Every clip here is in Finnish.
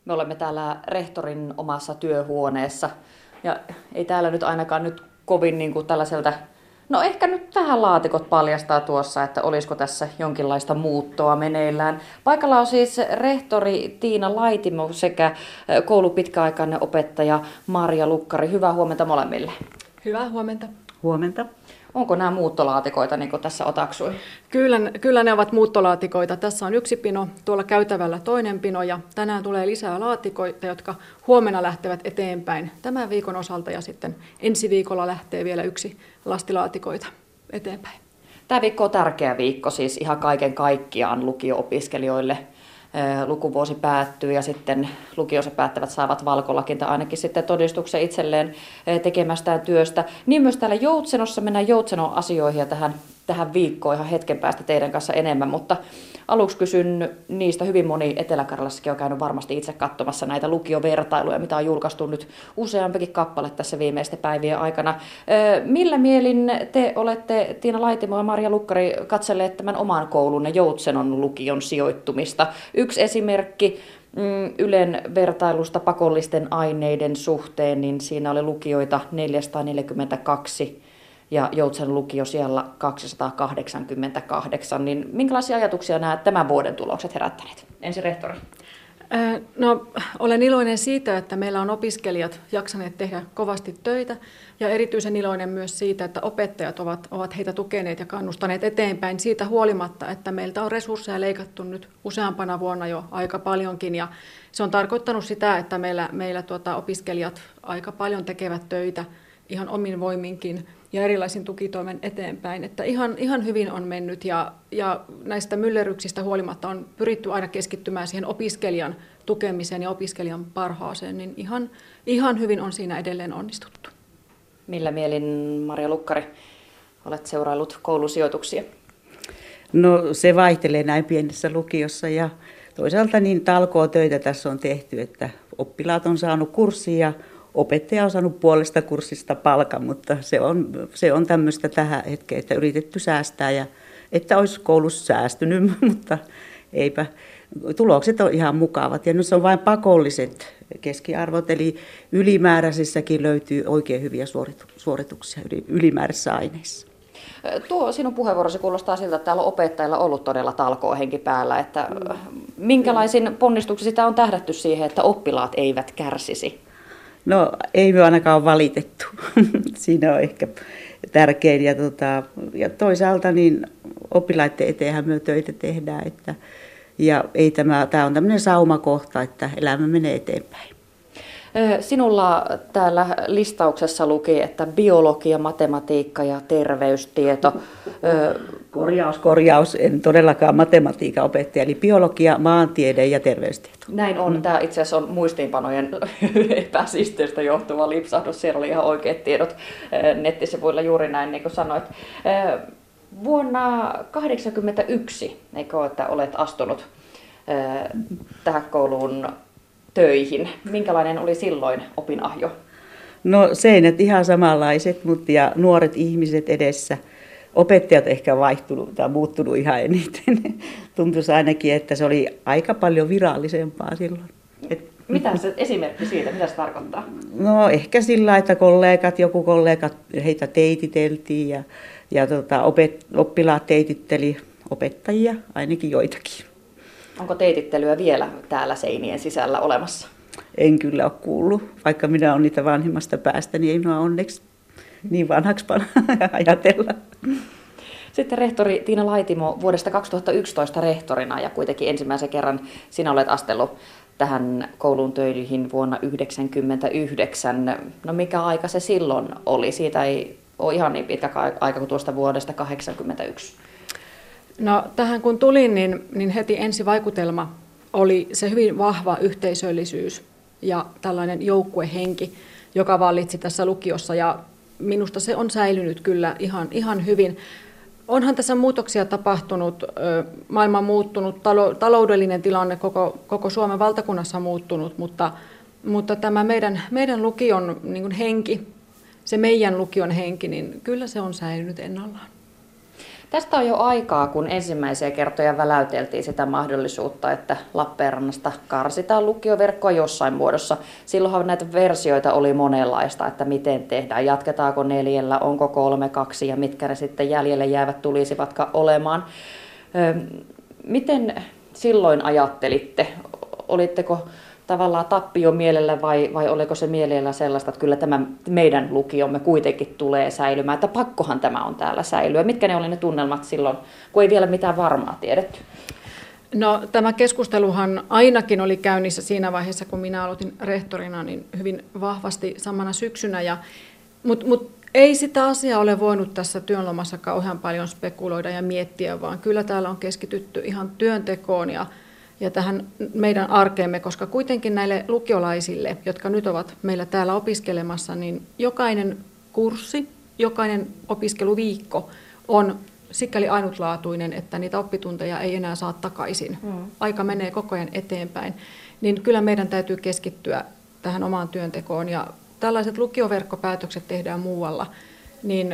Me olemme täällä rehtorin omassa työhuoneessa ja ei täällä nyt ainakaan nyt kovin niin kuin tällaiselta, no ehkä nyt vähän laatikot paljastaa tuossa, että olisiko tässä jonkinlaista muuttoa meneillään. Paikalla on siis rehtori Tiina Laitimo sekä koulun pitkäaikainen opettaja Marja Lukkari. Hyvää huomenta molemmille. Hyvää huomenta. Huomenta. Onko nämä muuttolaatikoita, niin kuin tässä otaksui? Kyllä ne ovat muuttolaatikoita. Tässä on yksi pino, tuolla käytävällä toinen pino ja tänään tulee lisää laatikoita, jotka huomenna lähtevät eteenpäin tämän viikon osalta ja sitten ensi viikolla lähtee vielä yksi lastilaatikoita eteenpäin. Tämä viikko on tärkeä viikko siis ihan kaiken kaikkiaan lukio-opiskelijoille. Lukuvuosi päättyy ja sitten lukiossa päättävät saavat valkolakin tai ainakin sitten todistuksen itselleen tekemästään työstä. Niin myös täällä Joutsenossa mennään Joutsenon asioihin ja tähän viikkoon ihan hetken päästä teidän kanssa enemmän, mutta aluksi kysyn niistä. Hyvin moni Etelä-Karjalassakin on käynyt varmasti itse katsomassa näitä lukiovertailuja, mitä on julkaistu nyt useampikin kappale tässä viimeisten päivien aikana. Millä mielin te olette, Tiina Laitimo ja Marja Lukkari, katselleet tämän oman koulunne Joutsenon lukion sijoittumista? Yksi esimerkki Ylen vertailusta pakollisten aineiden suhteen, niin siinä oli lukijoita 442 ja Joutsenon lukio siellä 288. Niin minkälaisia ajatuksia nämä tämän vuoden tulokset herättäneet? Ensin rehtori. No, olen iloinen siitä, että meillä on opiskelijat jaksaneet tehdä kovasti töitä ja erityisen iloinen myös siitä, että opettajat ovat heitä tukeneet ja kannustaneet eteenpäin siitä huolimatta, että meiltä on resursseja leikattu nyt useampana vuonna jo aika paljonkin ja se on tarkoittanut sitä, että meillä opiskelijat aika paljon tekevät töitä ihan omin voiminkin ja erilaisin tukitoimen eteenpäin. Että ihan hyvin on mennyt ja näistä myllerryksistä huolimatta on pyritty aina keskittymään siihen opiskelijan tukemiseen ja opiskelijan parhaaseen, niin ihan hyvin on siinä edelleen onnistuttu. Millä mielin, Marja Lukkari, olet seuraillut koulusijoituksia? No se vaihtelee näin pienessä lukiossa ja toisaalta niin talkootöitä tässä on tehty, että oppilaat on saanut kurssia ja opettaja on saanut puolesta kurssista palkan, mutta se on tämmöistä tähän hetkeen, että yritetty säästää ja että olisi koulussa säästynyt, mutta eipä. Tulokset on ihan mukavat ja nyt se on vain pakolliset keskiarvot, eli ylimääräisissäkin löytyy oikein hyviä suorituksia ylimääräisissä aineissa. Tuo sinun puheenvuorosi kuulostaa siltä, että täällä on opettajilla ollut todella talkoohenki päällä, että minkälaisin ponnistuksin sitä on tähdätty siihen, että oppilaat eivät kärsisi? No ei me ainakaan ole valitettu. Siinä on ehkä tärkein. Ja toisaalta niin oppilaiden eteenhän me töitä tehdään. Ja ei tämä on tämmöinen saumakohta, että elämä menee eteenpäin. Sinulla täällä listauksessa luki, että biologia, matematiikka ja terveystieto. Korjaus, en todellakaan matematiikan opettaja, eli biologia, maantiede ja terveystieto. Näin on. Tämä itse asiassa on muistiinpanojen epäsisteestä johtuva lipsahdus. Siellä oli ihan oikeat tiedot nettisivuilla juuri näin, niin kuin sanoit. Vuonna 1981, eikö että olet astunut tähän kouluun töihin. Minkälainen oli silloin opinahjo? No seinät ihan samanlaiset, mutta ja nuoret ihmiset edessä. Opettajat ehkä vaihtunut tai muuttunut ihan eniten. Tuntuisi ainakin, että se oli aika paljon virallisempaa silloin. Mitä se esimerkki siitä, mitä se tarkoittaa? No ehkä sillä, että joku kollegat, heitä teititeltiin ja oppilaat teititteli opettajia, ainakin joitakin. Onko teitittelyä vielä täällä seinien sisällä olemassa? En kyllä ole kuullut. Vaikka minä olen niitä vanhimmasta päästä, niin ei minua onneksi niin vanhaksi ajatella. Sitten rehtori Tiina Laitimo, vuodesta 2011 rehtorina ja kuitenkin ensimmäisen kerran sinä olet astellut tähän kouluun töihin vuonna 1999. No mikä aika se silloin oli? Siitä ei ole ihan niin pitkä aika kuin tuosta vuodesta 1981. No tähän kun tulin, niin heti ensi vaikutelma oli se hyvin vahva yhteisöllisyys ja tällainen joukkuehenki, joka vallitsi tässä lukiossa ja minusta se on säilynyt kyllä ihan hyvin. Onhan tässä muutoksia tapahtunut, maailma muuttunut, taloudellinen tilanne koko Suomen valtakunnassa muuttunut, mutta tämä meidän lukion niin kuin henki, se meidän lukion henki, niin kyllä se on säilynyt ennallaan. Tästä on jo aikaa, kun ensimmäisiä kertoja väläyteltiin sitä mahdollisuutta, että Lappeenrannasta karsitaan lukioverkkoa jossain muodossa. Silloinhan näitä versioita oli monenlaista, että miten tehdään, jatketaanko 4, onko 3, 2 ja mitkä ne sitten jäljelle jäävät tulisivatkaan olemaan. Miten silloin ajattelitte? Olitteko tavallaan tappio mielellä vai oliko se mielellä sellaista, että kyllä tämä meidän lukiomme kuitenkin tulee säilymään, että pakkohan tämä on täällä säilyä? Mitkä ne oli ne tunnelmat silloin, kun ei vielä mitään varmaa tiedetty? No, tämä keskusteluhan ainakin oli käynnissä siinä vaiheessa, kun minä aloitin rehtorina, niin hyvin vahvasti samana syksynä. Mutta ei sitä asiaa ole voinut tässä työnlomassa kauhean paljon spekuloida ja miettiä, vaan kyllä täällä on keskitytty ihan työntekoon ja tähän meidän arkeemme, koska kuitenkin näille lukiolaisille, jotka nyt ovat meillä täällä opiskelemassa, niin jokainen kurssi, jokainen opiskeluviikko on sikäli ainutlaatuinen, että niitä oppitunteja ei enää saa takaisin. Aika menee koko ajan eteenpäin, niin kyllä meidän täytyy keskittyä tähän omaan työntekoon. Ja tällaiset lukioverkkopäätökset tehdään muualla, niin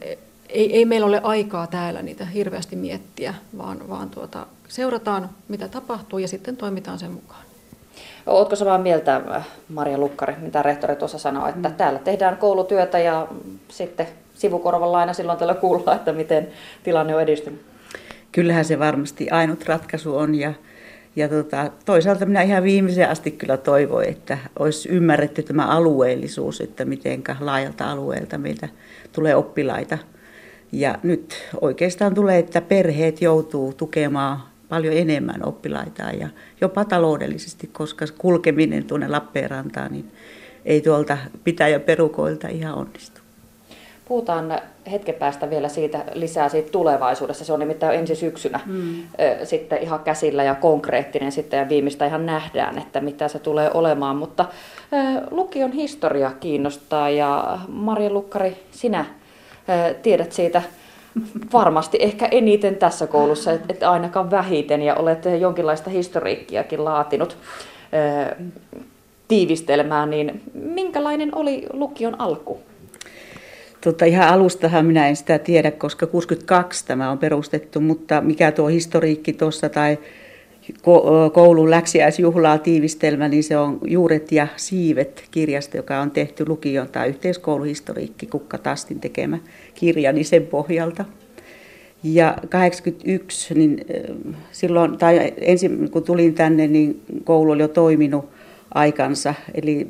ei meillä ole aikaa täällä niitä hirveästi miettiä, vaan seurataan, mitä tapahtuu ja sitten toimitaan sen mukaan. Oletko samaa mieltä, Marja Lukkari, mitä rehtori tuossa sanoi, että täällä tehdään koulutyötä ja sitten sivukorvalla aina silloin tällä kuullaan, että miten tilanne on edistynyt? Kyllähän se varmasti ainut ratkaisu on ja toisaalta minä ihan viimeiseen asti kyllä toivoin, että olisi ymmärretty tämä alueellisuus, että miten laajalta alueelta meiltä tulee oppilaita. Ja nyt oikeastaan tulee, että perheet joutuu tukemaan paljon enemmän oppilaitaan ja jopa taloudellisesti, koska kulkeminen tuonne Lappeenrantaan niin ei tuolta pitäjäperukoilta ihan onnistu. Puhutaan hetken päästä vielä lisää siitä tulevaisuudessa. Se on nimittäin ensi syksynä sitten ihan käsillä ja konkreettinen sitten ja viimeistä ihan nähdään, että mitä se tulee olemaan. Mutta lukion historia kiinnostaa ja Marja Lukkari, sinä tiedät siitä varmasti ehkä eniten tässä koulussa, että ainakaan vähiten ja olet jonkinlaista historiikkiakin laatinut tiivistelmään, niin minkälainen oli lukion alku? Ihan alustahan minä en sitä tiedä, koska 62 tämä on perustettu, mutta mikä tuo historiikki tuossa tai koulun läksiäisjuhlaa tiivistelmä, niin se on Juuret ja siivet -kirjasta, joka on tehty lukion tai yhteiskouluhistoriikki Kukka Tastin tekemä kirja, niin sen pohjalta. Ja 81, niin silloin, tai ensin kun tulin tänne, niin koulu oli jo toiminut aikansa, eli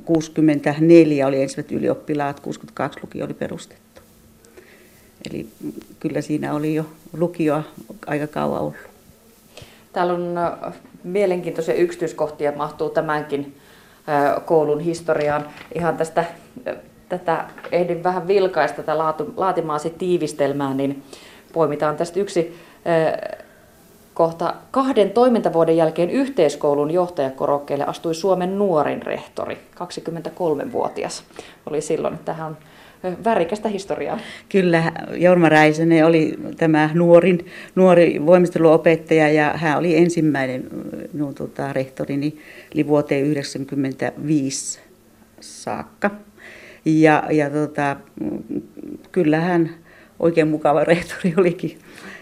64 oli ensimmäiset ylioppilaat, 62 lukio oli perustettu. Eli kyllä siinä oli jo lukioa aika kauan ollut. Täällä on mielenkiintoisia yksityiskohtia, mahtuu tämänkin koulun historiaan. Ihan tätä ehdin vähän vilkaista tätä laatimaasi tiivistelmää, niin poimitaan tästä yksi kohta. 2 toimintavuoden jälkeen yhteiskoulun johtajakorokkeelle astui Suomen nuorin rehtori, 23-vuotias oli silloin. Tähän on värikästä historiaa. Kyllä, Jorma Räisänen oli tämä nuori voimisteluopettaja ja hän oli ensimmäinen minun rehtorini, eli vuoteen 1995 saakka. Ja kyllä hän oikein mukava rehtori olikin.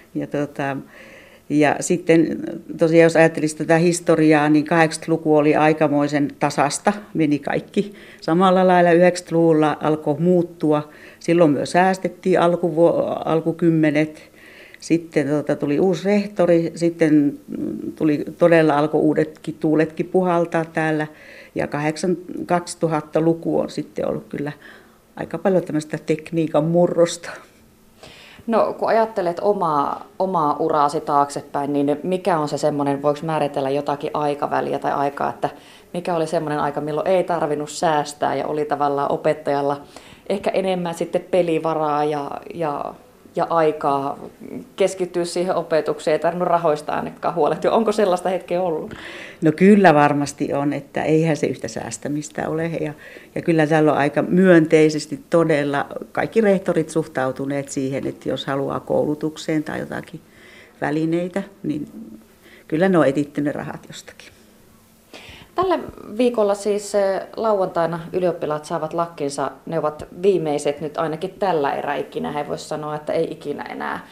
Ja sitten tosiaan, jos ajattelisi tätä historiaa, niin 80-luku oli aikamoisen tasasta, meni kaikki samalla lailla. 90-luvulla alkoi muuttua, silloin myös säästettiin alkukymmenet. Sitten tuli uusi rehtori, sitten alkoi uudetkin tuuletkin puhaltaa täällä. Ja 2000-luku on sitten ollut kyllä aika paljon tämmöistä tekniikan murrosta. No, kun ajattelet omaa uraasi taaksepäin, niin mikä on se semmoinen, voiko määritellä jotakin aikaväliä tai aikaa, että mikä oli semmoinen aika, milloin ei tarvinnut säästää ja oli tavallaan opettajalla ehkä enemmän sitten pelivaraa ja aikaa keskittyä siihen opetukseen, ei tarvinnut rahoista ainakaan huolehtia. Onko sellaista hetkeä ollut? No kyllä varmasti on, että eihän se yhtä säästämistä ole. Ja kyllä täällä on aika myönteisesti todella kaikki rehtorit suhtautuneet siihen, että jos haluaa koulutukseen tai jotakin välineitä, niin kyllä ne on etitty ne rahat jostakin. Tällä viikolla siis lauantaina ylioppilaat saavat lakkinsa. Ne ovat viimeiset nyt ainakin tällä erää ikinä. He voisivat sanoa, että ei ikinä enää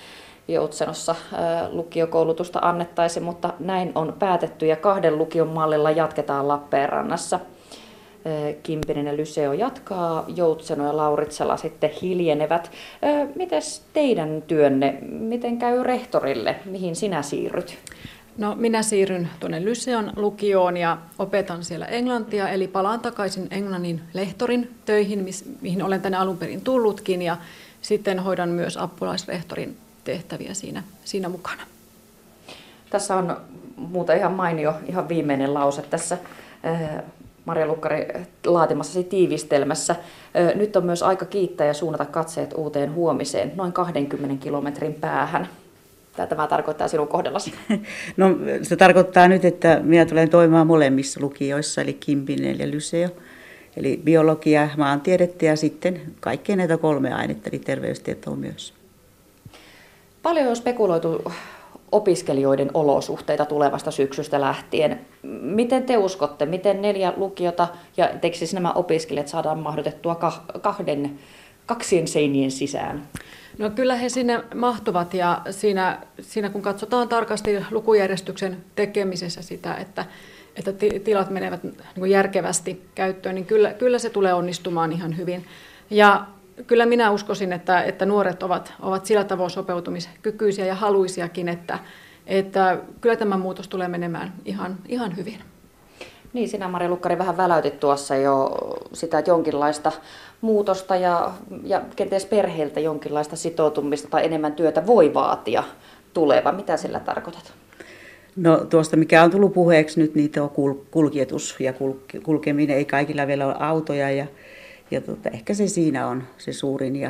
Joutsenossa lukiokoulutusta annettaisiin, mutta näin on päätetty ja 2 lukion mallilla jatketaan Lappeenrannassa. Kimpinen ja Lyseo jatkaa, Joutseno ja Lauritsala sitten hiljenevät. Mites teidän työnne, miten käy rehtorille, mihin sinä siirryt? No, minä siirryn tuonne Lyseon lukioon ja opetan siellä englantia, eli palaan takaisin englannin lehtorin töihin, mihin olen tänne alun perin tullutkin, ja sitten hoidan myös apulaisrehtorin tehtäviä siinä mukana. Tässä on muuta ihan mainio, ihan viimeinen lause tässä Marja Lukkari laatimassasi tiivistelmässä. Nyt on myös aika kiittää ja suunnata katseet uuteen huomiseen, noin 20 kilometrin päähän. Mitä tämä tarkoittaa sinun kohdallasi? No, se tarkoittaa nyt, että minä tulen toimimaan molemmissa lukioissa, eli Kimpinen ja Lyseo. Eli biologia, maantiedettä ja sitten kaikkia näitä 3 ainetta, eli terveystietoa myös. Paljon on spekuloitu opiskelijoiden olosuhteita tulevasta syksystä lähtien. Miten te uskotte, miten 4 lukiota ja siis nämä opiskelijat saadaan mahdotettua 2 seinien sisään? No, kyllä he sinne mahtuvat, ja siinä kun katsotaan tarkasti lukujärjestyksen tekemisessä sitä, että tilat menevät niin järkevästi käyttöön, niin kyllä se tulee onnistumaan ihan hyvin. Ja kyllä minä uskoisin, että nuoret ovat sillä tavoin sopeutumiskykyisiä ja haluisiakin, että kyllä tämä muutos tulee menemään ihan hyvin. Niin, sinä Marja Lukkari vähän väläytit tuossa jo sitä, että jonkinlaista muutosta ja kenties perheiltä jonkinlaista sitoutumista tai enemmän työtä voi vaatia tuleva. Mitä sillä tarkoitat? No, tuosta mikä on tullut puheeksi nyt, niin tuo kuljetus ja kulkeminen, ei kaikilla vielä ole autoja ja ehkä se siinä on se suurin.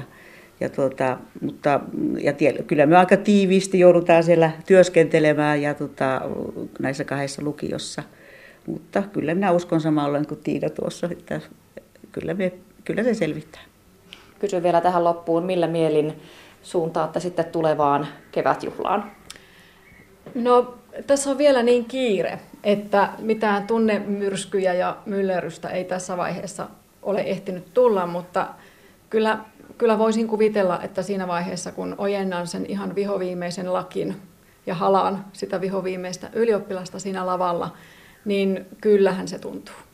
Kyllä me aika tiiviisti joudutaan siellä työskentelemään näissä 2 lukiossa. Mutta kyllä minä uskon samalla kuin Tiina tuossa, että kyllä se selvittää. Kysyn vielä tähän loppuun, millä mielin suuntaatte sitten tulevaan kevätjuhlaan? No, tässä on vielä niin kiire, että mitään tunnemyrskyjä ja myllerrystä ei tässä vaiheessa ole ehtinyt tulla, mutta kyllä voisin kuvitella, että siinä vaiheessa, kun ojennan sen ihan vihoviimeisen lakin ja halaan sitä vihoviimeistä ylioppilasta siinä lavalla, niin kyllähän se tuntuu.